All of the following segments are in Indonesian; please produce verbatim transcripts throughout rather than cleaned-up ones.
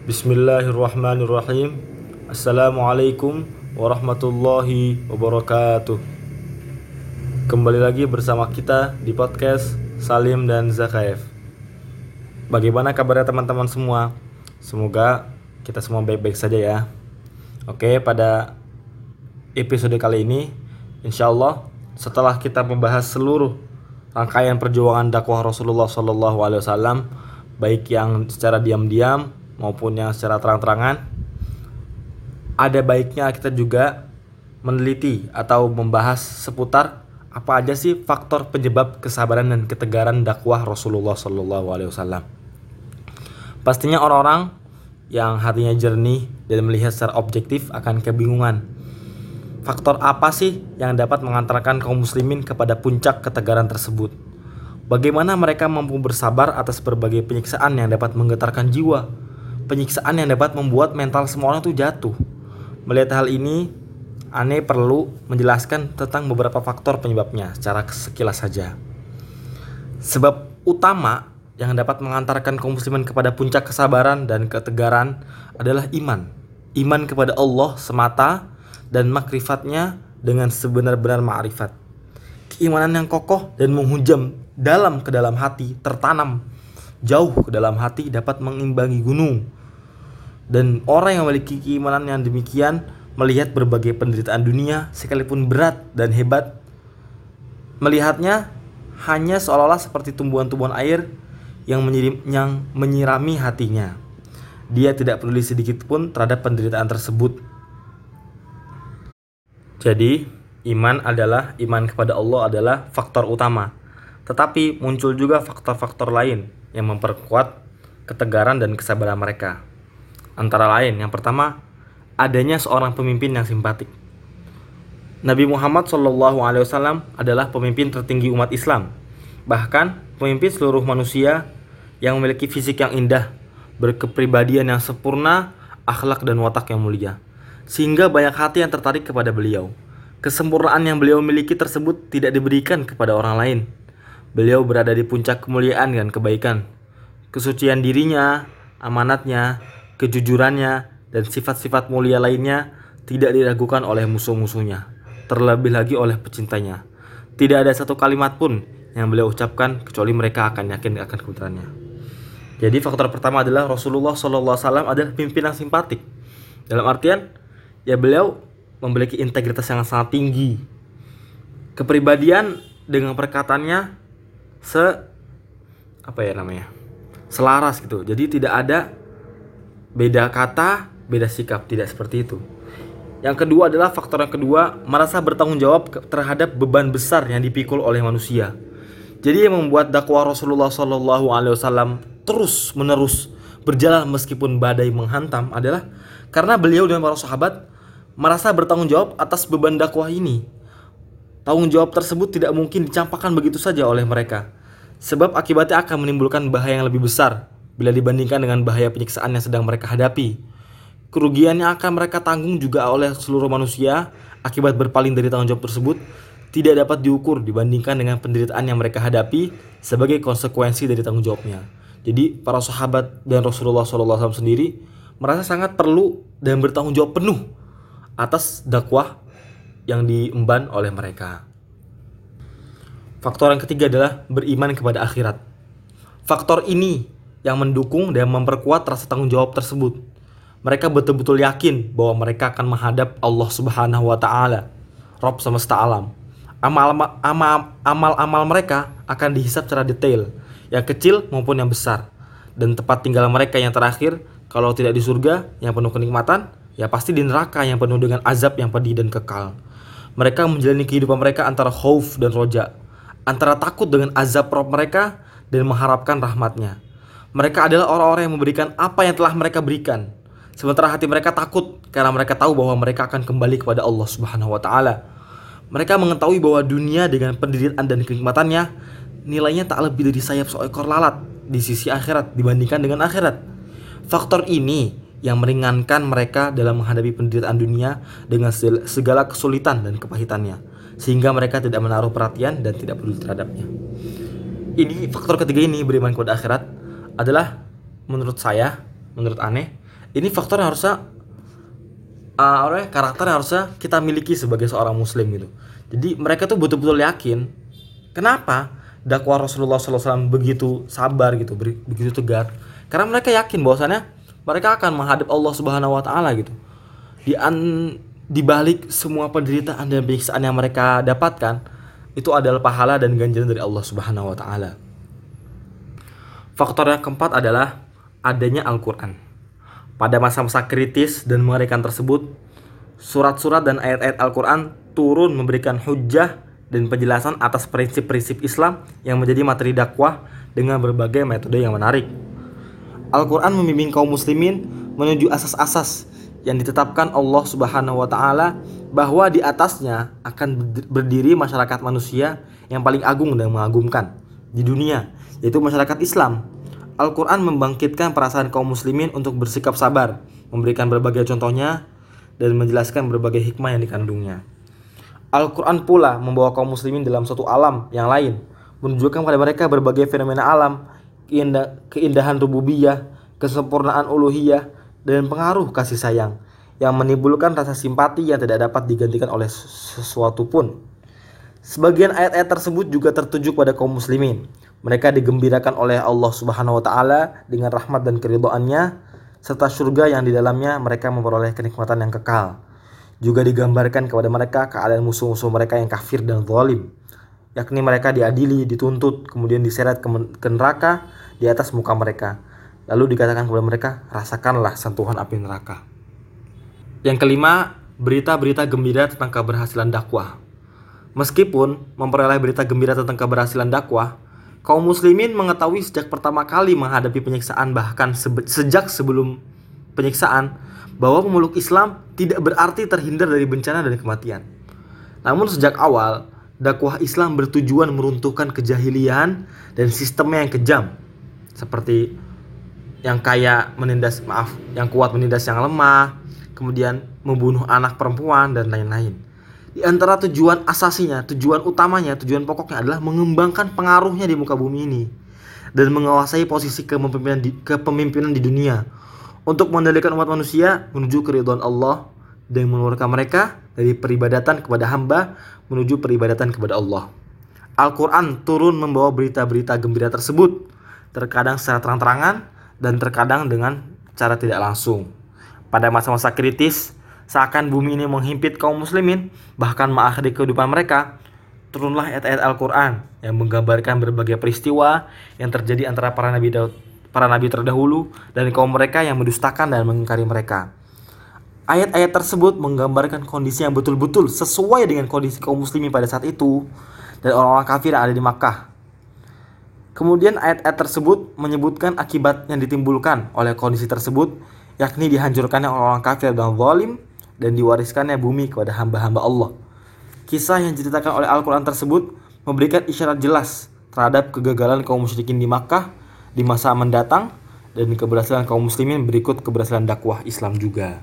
Bismillahirrahmanirrahim. Assalamualaikum warahmatullahi wabarakatuh. Kembali lagi bersama kita di podcast Salim dan Zakaev. Bagaimana kabarnya teman-teman semua? Semoga kita semua baik-baik saja ya. Oke, pada episode kali ini insyaallah setelah kita membahas seluruh rangkaian perjuangan dakwah Rasulullah shallallahu alaihi wasallam, baik yang secara diam-diam maupun yang secara terang-terangan, ada baiknya kita juga meneliti atau membahas seputar apa aja sih faktor penyebab kesabaran dan ketegaran dakwah Rasulullah shallallahu alaihi wasallam. Pastinya orang-orang yang hatinya jernih dan melihat secara objektif akan kebingungan. Faktor apa sih yang dapat mengantarkan kaum muslimin kepada puncak ketegaran tersebut? Bagaimana mereka mampu bersabar atas berbagai penyiksaan yang dapat menggetarkan jiwa? Penyiksaan yang dapat membuat mental semua orang itu jatuh. Melihat hal ini, Ane perlu menjelaskan tentang beberapa faktor penyebabnya secara sekilas saja. Sebab utama yang dapat mengantarkan kaum muslimin kepada puncak kesabaran dan ketegaran adalah iman. Iman kepada Allah semata dan makrifatnya dengan sebenar-benar ma'rifat. Keimanan yang kokoh dan menghujam dalam ke dalam hati, tertanam jauh ke dalam hati, dapat mengimbangi gunung. Dan orang yang memiliki keimanan yang demikian melihat berbagai penderitaan dunia sekalipun berat dan hebat, melihatnya hanya seolah-olah seperti tumbuhan-tumbuhan air yang, menyirim, yang menyirami hatinya. Dia tidak peduli sedikit pun terhadap penderitaan tersebut. Jadi iman adalah iman kepada Allah adalah faktor utama. Tetapi muncul juga faktor-faktor lain yang memperkuat ketegaran dan kesabaran mereka. Antara lain, yang pertama, adanya seorang pemimpin yang simpatik. Nabi Muhammad shallallahu alaihi wasallam adalah pemimpin tertinggi umat Islam. Bahkan pemimpin seluruh manusia yang memiliki fisik yang indah, berkepribadian yang sempurna, akhlak dan watak yang mulia. Sehingga banyak hati yang tertarik kepada beliau. Kesempurnaan yang beliau miliki tersebut tidak diberikan kepada orang lain. Beliau berada di puncak kemuliaan dan kebaikan. Kesucian dirinya, amanatnya, kejujurannya, dan sifat-sifat mulia lainnya tidak diragukan oleh musuh-musuhnya, terlebih lagi oleh pecintanya. Tidak ada satu kalimat pun yang beliau ucapkan kecuali mereka akan yakin akan kebenarannya. Jadi faktor pertama adalah Rasulullah shallallahu alaihi wasallam adalah pemimpin yang simpatik. Dalam artian, ya beliau memiliki integritas yang sangat tinggi. Kepribadian dengan perkataannya se apa ya namanya? selaras gitu. Jadi tidak ada beda kata, beda sikap, tidak seperti itu. Yang kedua adalah faktor yang kedua, merasa bertanggung jawab terhadap beban besar yang dipikul oleh manusia. Jadi yang membuat dakwah Rasulullah shallallahu alaihi wasallam terus menerus berjalan meskipun badai menghantam adalah karena beliau dan para sahabat merasa bertanggung jawab atas beban dakwah ini. Tanggung jawab tersebut tidak mungkin dicampakkan begitu saja oleh mereka, sebab akibatnya akan menimbulkan bahaya yang lebih besar bila dibandingkan dengan bahaya penyiksaan yang sedang mereka hadapi. Kerugian yang akan mereka tanggung juga oleh seluruh manusia akibat berpaling dari tanggung jawab tersebut tidak dapat diukur dibandingkan dengan penderitaan yang mereka hadapi sebagai konsekuensi dari tanggung jawabnya. Jadi para sahabat dan Rasulullah shallallahu alaihi wasallam sendiri merasa sangat perlu dan bertanggung jawab penuh atas dakwah yang diemban oleh mereka. Faktor yang ketiga adalah beriman kepada akhirat. Faktor ini yang mendukung dan memperkuat rasa tanggung jawab tersebut. Mereka betul-betul yakin bahwa mereka akan menghadap Allah Subhanahu wa taala, Rabb semesta alam. Amal-amal mereka akan dihisap secara detail, yang kecil maupun yang besar. Dan tempat tinggal mereka yang terakhir, kalau tidak di surga yang penuh kenikmatan, ya pasti di neraka yang penuh dengan azab yang pedih dan kekal. Mereka menjalani kehidupan mereka antara khauf dan roja, antara takut dengan azab Rabb mereka dan mengharapkan rahmatnya. Mereka adalah orang-orang yang memberikan apa yang telah mereka berikan, sementara hati mereka takut karena mereka tahu bahwa mereka akan kembali kepada Allah Subhanahu wa taala. Mereka mengetahui bahwa dunia dengan penderitaan dan kenikmatannya nilainya tak lebih dari sayap seekor lalat di sisi akhirat dibandingkan dengan akhirat. Faktor ini yang meringankan mereka dalam menghadapi penderitaan dunia dengan segala kesulitan dan kepahitannya, sehingga mereka tidak menaruh perhatian dan tidak peduli terhadapnya. Ini faktor ketiga ini, beriman kepada akhirat, adalah menurut saya, menurut aneh, Ini faktor yang harusnya uh, apa ya, karakter yang harusnya kita miliki sebagai seorang muslim gitu. Jadi mereka tuh betul-betul yakin. Kenapa dakwah Rasulullah shallallahu alaihi wasallam begitu sabar gitu, begitu tegar? Karena mereka yakin bahwasannya mereka akan menghadap Allah Subhanahu wa taala gitu. Di an di balik semua penderitaan dan penyiksaan yang mereka dapatkan, itu adalah pahala dan ganjaran dari Allah Subhanahu wa taala. Faktor yang keempat adalah adanya Al-Qur'an. Pada masa-masa kritis dan mengerikan tersebut, surat-surat dan ayat-ayat Al-Qur'an turun memberikan hujjah dan penjelasan atas prinsip-prinsip Islam yang menjadi materi dakwah dengan berbagai metode yang menarik. Al-Quran membimbing kaum muslimin menuju asas-asas yang ditetapkan Allah Subhanahu wa taala, bahwa di atasnya akan berdiri masyarakat manusia yang paling agung dan mengagumkan di dunia, yaitu masyarakat Islam. Al-Quran membangkitkan perasaan kaum muslimin untuk bersikap sabar, memberikan berbagai contohnya dan menjelaskan berbagai hikmah yang dikandungnya. Al-Quran pula membawa kaum muslimin dalam suatu alam yang lain, menunjukkan kepada mereka berbagai fenomena alam, keindahan rububiyah, kesempurnaan uluhiyah, dan pengaruh kasih sayang yang menimbulkan rasa simpati yang tidak dapat digantikan oleh sesuatu pun. Sebagian ayat-ayat tersebut juga tertuju pada kaum muslimin. Mereka digembirakan oleh Allah Subhanahu wa taala dengan rahmat dan keridhaannya, serta surga yang di dalamnya mereka memperoleh kenikmatan yang kekal. Juga digambarkan kepada mereka keadaan musuh-musuh mereka yang kafir dan zalim, yakni mereka diadili, dituntut, kemudian diseret ke neraka di atas muka mereka. Lalu dikatakan kepada mereka, rasakanlah sentuhan api neraka. Yang kelima, berita-berita gembira tentang keberhasilan dakwah. Meskipun memperoleh berita gembira tentang keberhasilan dakwah, kaum muslimin mengetahui sejak pertama kali menghadapi penyiksaan, bahkan sebe- sejak sebelum penyiksaan, bahwa pemeluk Islam tidak berarti terhindar dari bencana dan kematian. Namun sejak awal, dakwah Islam bertujuan meruntuhkan kejahilian dan sistemnya yang kejam, seperti yang kaya menindas maaf, yang kuat menindas yang lemah, kemudian membunuh anak perempuan dan lain-lain. Di antara tujuan asasinya, tujuan utamanya, tujuan pokoknya adalah mengembangkan pengaruhnya di muka bumi ini dan menguasai posisi kepemimpinan di, kepemimpinan di dunia untuk mengendalikan umat manusia menuju keridhaan Allah dan mengeluarkan mereka dari peribadatan kepada hamba menuju peribadatan kepada Allah. Al-Quran turun membawa berita-berita gembira tersebut, terkadang secara terang-terangan dan terkadang dengan cara tidak langsung. Pada masa-masa kritis, seakan bumi ini menghimpit kaum muslimin, bahkan mengakhiri kehidupan mereka, turunlah ayat-ayat Al-Quran yang menggambarkan berbagai peristiwa yang terjadi antara para nabi para nabi terdahulu dan kaum mereka yang mendustakan dan mengingkari mereka. Ayat-ayat tersebut menggambarkan kondisi yang betul-betul sesuai dengan kondisi kaum muslimin pada saat itu dan orang-orang kafir yang ada di Makkah. Kemudian ayat-ayat tersebut menyebutkan akibat yang ditimbulkan oleh kondisi tersebut, yakni dihancurkannya orang-orang kafir dan zalim dan diwariskannya bumi kepada hamba-hamba Allah. Kisah yang diceritakan oleh Al-Quran tersebut memberikan isyarat jelas terhadap kegagalan kaum musyrikin di Makkah di masa mendatang dan keberhasilan kaum muslimin berikut keberhasilan dakwah Islam juga.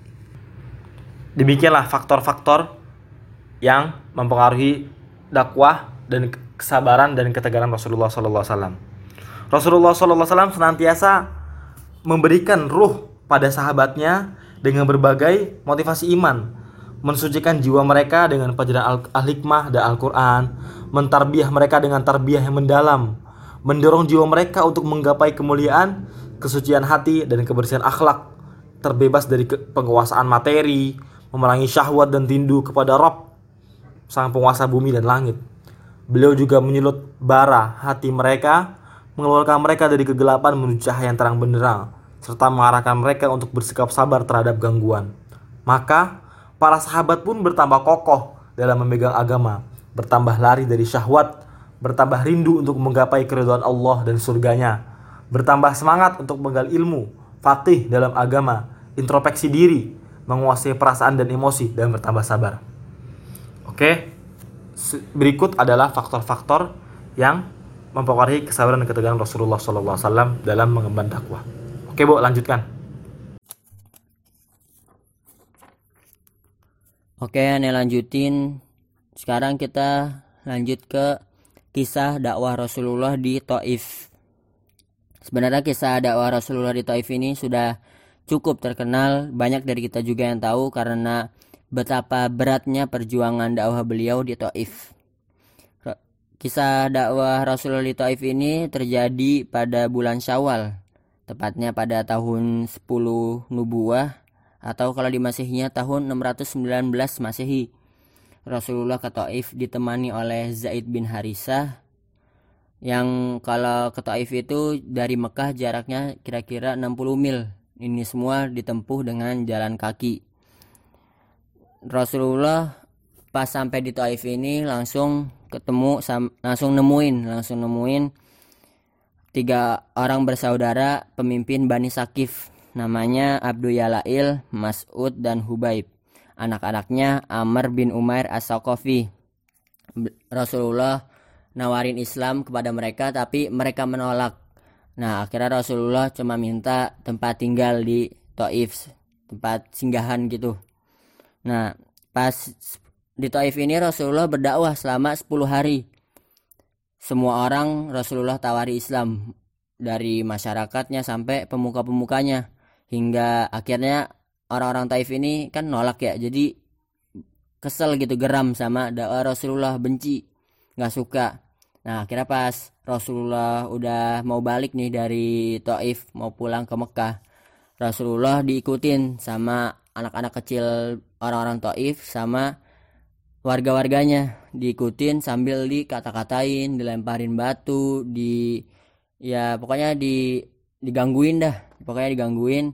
Demikianlah faktor-faktor yang mempengaruhi dakwah dan kesabaran dan ketegaran Rasulullah shallallahu alaihi wasallam. Rasulullah shallallahu alaihi wasallam senantiasa memberikan ruh pada sahabatnya dengan berbagai motivasi iman, mensucikan jiwa mereka dengan pelajaran al-hikmah dan Al-Quran, mentarbiyah mereka dengan tarbiyah yang mendalam, mendorong jiwa mereka untuk menggapai kemuliaan, kesucian hati dan kebersihan akhlak, terbebas dari penguasaan materi, memerangi syahwat dan rindu kepada Rabb, sang penguasa bumi dan langit. Beliau juga menyulut bara hati mereka, mengeluarkan mereka dari kegelapan menuju cahaya yang terang benderang, serta mengarahkan mereka untuk bersikap sabar terhadap gangguan. Maka para sahabat pun bertambah kokoh dalam memegang agama, bertambah lari dari syahwat, bertambah rindu untuk menggapai keridhaan Allah dan surganya, bertambah semangat untuk menggali ilmu, faqih dalam agama, introspeksi diri, menguasai perasaan dan emosi, dan bertambah sabar. Oke, berikut adalah faktor-faktor yang mempengaruhi kesabaran dan ketegaran Rasulullah shallallahu alaihi wasallam dalam mengemban dakwah. Oke, Bu, lanjutkan. Oke, Ane lanjutin. Sekarang kita lanjut ke kisah dakwah Rasulullah di Taif. Sebenarnya kisah dakwah Rasulullah di Taif ini sudah cukup terkenal, banyak dari kita juga yang tahu karena betapa beratnya perjuangan dakwah beliau di Taif. Kisah dakwah Rasulullah di Taif ini terjadi pada bulan Syawal, tepatnya pada tahun sepuluh Nubuwah atau kalau di Masihnya tahun enam ratus sembilan belas Masehi. Rasulullah ke Taif ditemani oleh Zaid bin Harisah, yang kalau ke Taif itu dari Mekah jaraknya kira-kira enam puluh mil. Ini semua ditempuh dengan jalan kaki. Rasulullah pas sampai di Taif ini langsung ketemu langsung nemuin langsung nemuin tiga orang bersaudara pemimpin Bani Sakif, namanya Abdul Yalail, Mas'ud, dan Hubaib. Anak-anaknya Amr bin Umair As-Saqafi. Rasulullah nawarin Islam kepada mereka tapi mereka menolak. Nah, akhirnya Rasulullah cuma minta tempat tinggal di Taif, tempat singgahan gitu. Nah, pas di Taif ini Rasulullah berdakwah selama sepuluh hari. Semua orang Rasulullah tawari Islam, dari masyarakatnya sampai pemuka-pemukanya, hingga akhirnya orang-orang Taif ini kan nolak ya, jadi kesel gitu, geram sama dakwah Rasulullah, benci, nggak suka. Nah, akhirnya pas Rasulullah udah mau balik nih dari Taif, mau pulang ke Mekah, Rasulullah diikutin sama anak-anak kecil orang-orang Taif sama warga-warganya, diikutin sambil dikata-katain, dilemparin batu, di ya pokoknya di digangguin dah, pokoknya digangguin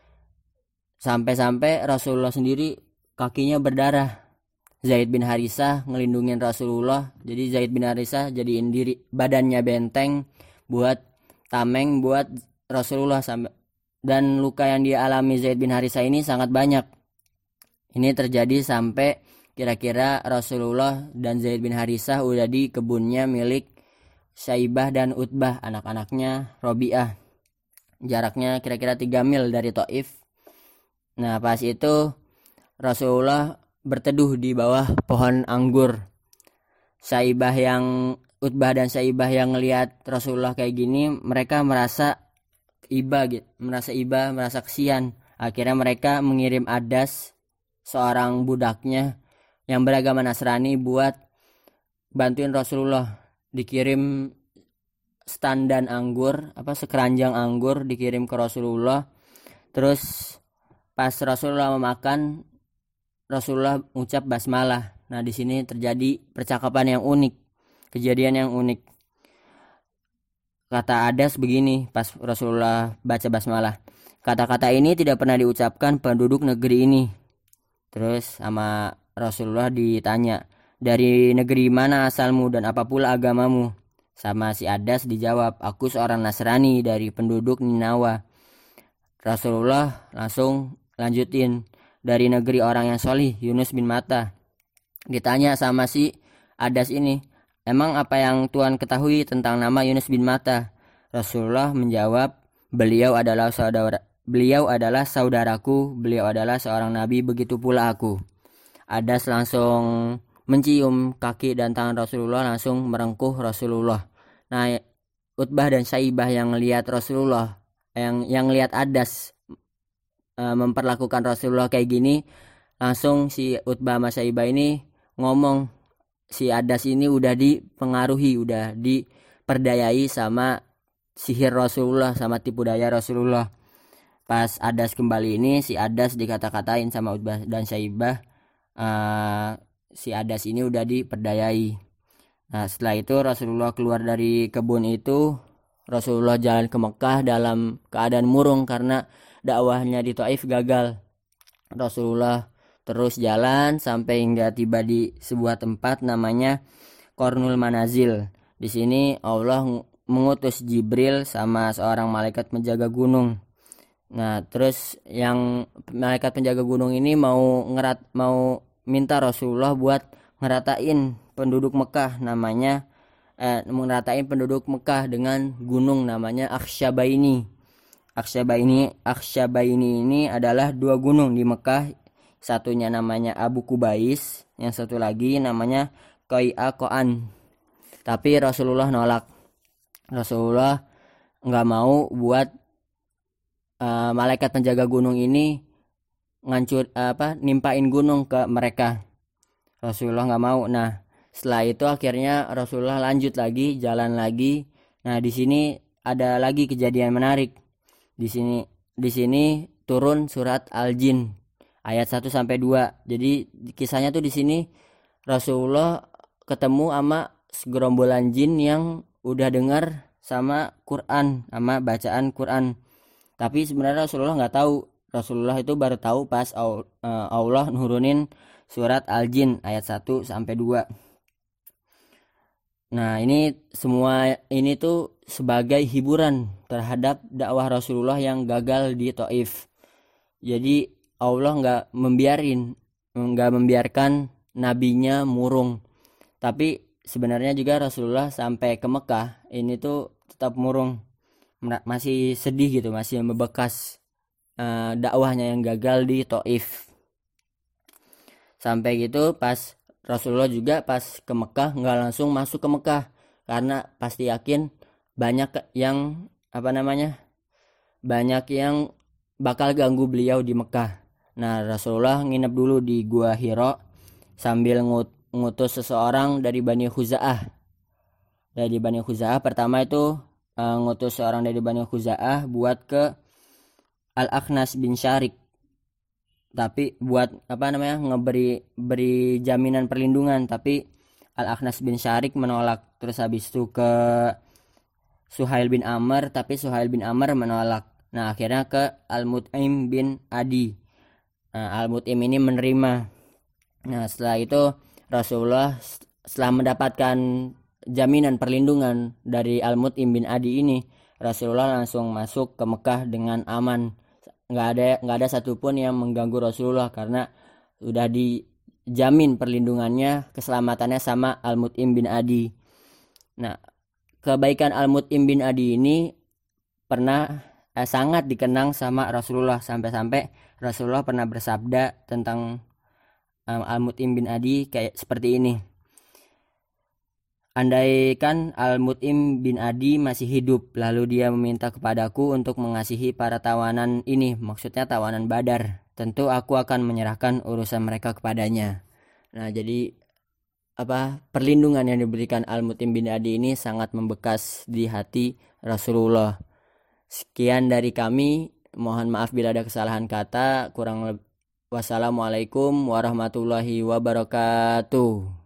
sampai-sampai Rasulullah sendiri kakinya berdarah. Zaid bin Harisah ngelindungin Rasulullah, jadi Zaid bin Harisah jadiin diri badannya benteng buat tameng buat Rasulullah, sampai dan luka yang dialami Zaid bin Harisah ini sangat banyak. Ini terjadi sampai kira-kira Rasulullah dan Zaid bin Harisah udah di kebunnya milik Syaibah dan Utbah, anak-anaknya Robi'ah. Jaraknya kira-kira tiga mil dari Taif. Nah, pas itu Rasulullah berteduh di bawah pohon anggur. Syaibah yang Utbah dan Syaibah yang ngelihat Rasulullah kayak gini, mereka merasa iba gitu, merasa iba, merasa kesian. Akhirnya mereka mengirim Adas, seorang budaknya yang beragama Nasrani, buat bantuin Rasulullah. Dikirim standan anggur, apa sekeranjang anggur dikirim ke Rasulullah. Terus pas Rasulullah memakan, Rasulullah mengucap basmalah. Nah, di sini terjadi percakapan yang unik, kejadian yang unik. Kata Adas begini pas Rasulullah baca basmalah, kata-kata ini tidak pernah diucapkan penduduk negeri ini. Terus sama Rasulullah ditanya, dari negeri mana asalmu dan apa pula agamamu? Sama si Adas dijawab, aku seorang Nasrani dari penduduk Ninawa. Rasulullah langsung lanjutin, dari negeri orang yang solih, Yunus bin Matta. Ditanya sama si Adas ini, emang apa yang Tuhan ketahui tentang nama Yunus bin Matta? Rasulullah menjawab, beliau adalah saudara beliau adalah saudaraku, beliau adalah seorang nabi, begitu pula aku. Adas langsung mencium kaki dan tangan Rasulullah, langsung merengkuh Rasulullah. Nah, Utbah dan Syaibah yang lihat Rasulullah, yang yang lihat Adas e, memperlakukan Rasulullah kayak gini, langsung si Utbah sama Syaibah ini ngomong, si Adas ini udah dipengaruhi, udah diperdayai sama sihir Rasulullah, sama tipu daya Rasulullah. Pas Adas kembali ini, si Adas dikata-katain sama Utbah dan Syaibah, uh, si Adas ini udah diperdayai. Nah, setelah itu Rasulullah keluar dari kebun itu. Rasulullah jalan ke Mekah dalam keadaan murung karena dakwahnya di Taif gagal. Rasulullah terus jalan sampai hingga tiba di sebuah tempat namanya Qornul Manazil. Di sini Allah mengutus Jibril sama seorang malaikat penjaga gunung. Nah, terus yang malaikat penjaga gunung ini mau ngerat mau minta Rasulullah buat ngeratain penduduk Mekah, namanya eh, ngeratain penduduk Mekah dengan gunung namanya Aksyabaini. Aksyabaini Aksyabaini ini adalah dua gunung di Mekah. Satunya namanya Abu Kubais, yang satu lagi namanya Qai'a Qo'an. Tapi Rasulullah nolak. Rasulullah nggak mau buat eh, malaikat penjaga gunung ini ngancur apa nimpain gunung ke mereka. Rasulullah nggak mau. Nah, setelah itu akhirnya Rasulullah lanjut lagi, jalan lagi. Nah, di sini ada lagi kejadian menarik. Di sini di sini turun surat Al-Jin ayat satu sampai dua. Jadi kisahnya tuh di sini Rasulullah ketemu sama segerombolan jin yang udah dengar sama Quran, sama bacaan Quran. Tapi sebenarnya Rasulullah nggak tahu. Rasulullah itu baru tahu pas Allah nurunin surat Al-Jin ayat satu sampai dua. Nah, ini semua ini tuh sebagai hiburan terhadap dakwah Rasulullah yang gagal di Taif. Jadi Allah nggak membiarin, nggak membiarkan nabinya murung. Tapi sebenarnya juga Rasulullah sampai ke Mekah ini tuh tetap murung, masih sedih gitu, masih membekas uh, dakwahnya yang gagal di Taif. Sampai gitu pas Rasulullah juga pas ke Mekah nggak langsung masuk ke Mekah karena pasti yakin banyak yang apa namanya banyak yang bakal ganggu beliau di Mekah. Nah, Rasulullah nginep dulu di Gua Hira sambil ngut ngutus seseorang dari Bani Khuza'ah. Dari Bani Khuza'ah pertama itu uh, ngutus seorang dari Bani Khuza'ah buat ke Al-Akhnas bin Syarik. Tapi buat apa namanya ngeberi beri jaminan perlindungan, tapi Al-Akhnas bin Syarik menolak. Terus habis itu ke Suhail bin Amr, tapi Suhail bin Amr menolak. Nah, akhirnya ke Al-Mut'im bin Adi. Nah, Al-Mut'im ini menerima. Nah, setelah itu Rasulullah setelah mendapatkan jaminan perlindungan dari Al-Mut'im bin Adi ini, Rasulullah langsung masuk ke Mekah dengan aman. Nggak ada nggak ada satupun yang mengganggu Rasulullah karena sudah dijamin perlindungannya, keselamatannya sama Al-Mut'im bin Adi. Nah, kebaikan Al-Mut'im bin Adi ini pernah eh, sangat dikenang sama Rasulullah, sampai-sampai Rasulullah pernah bersabda tentang um, Al-Mut'im bin Adi kayak seperti ini. Andaikan Al-Mut'im bin Adi masih hidup, lalu dia meminta kepadaku untuk mengasihi para tawanan ini, maksudnya tawanan Badar, tentu aku akan menyerahkan urusan mereka kepadanya. Nah, jadi apa perlindungan yang diberikan Al-Mut'im bin Adi ini sangat membekas di hati Rasulullah. Sekian dari kami, mohon maaf bila ada kesalahan kata, kurang lebih. Wassalamualaikum warahmatullahi wabarakatuh.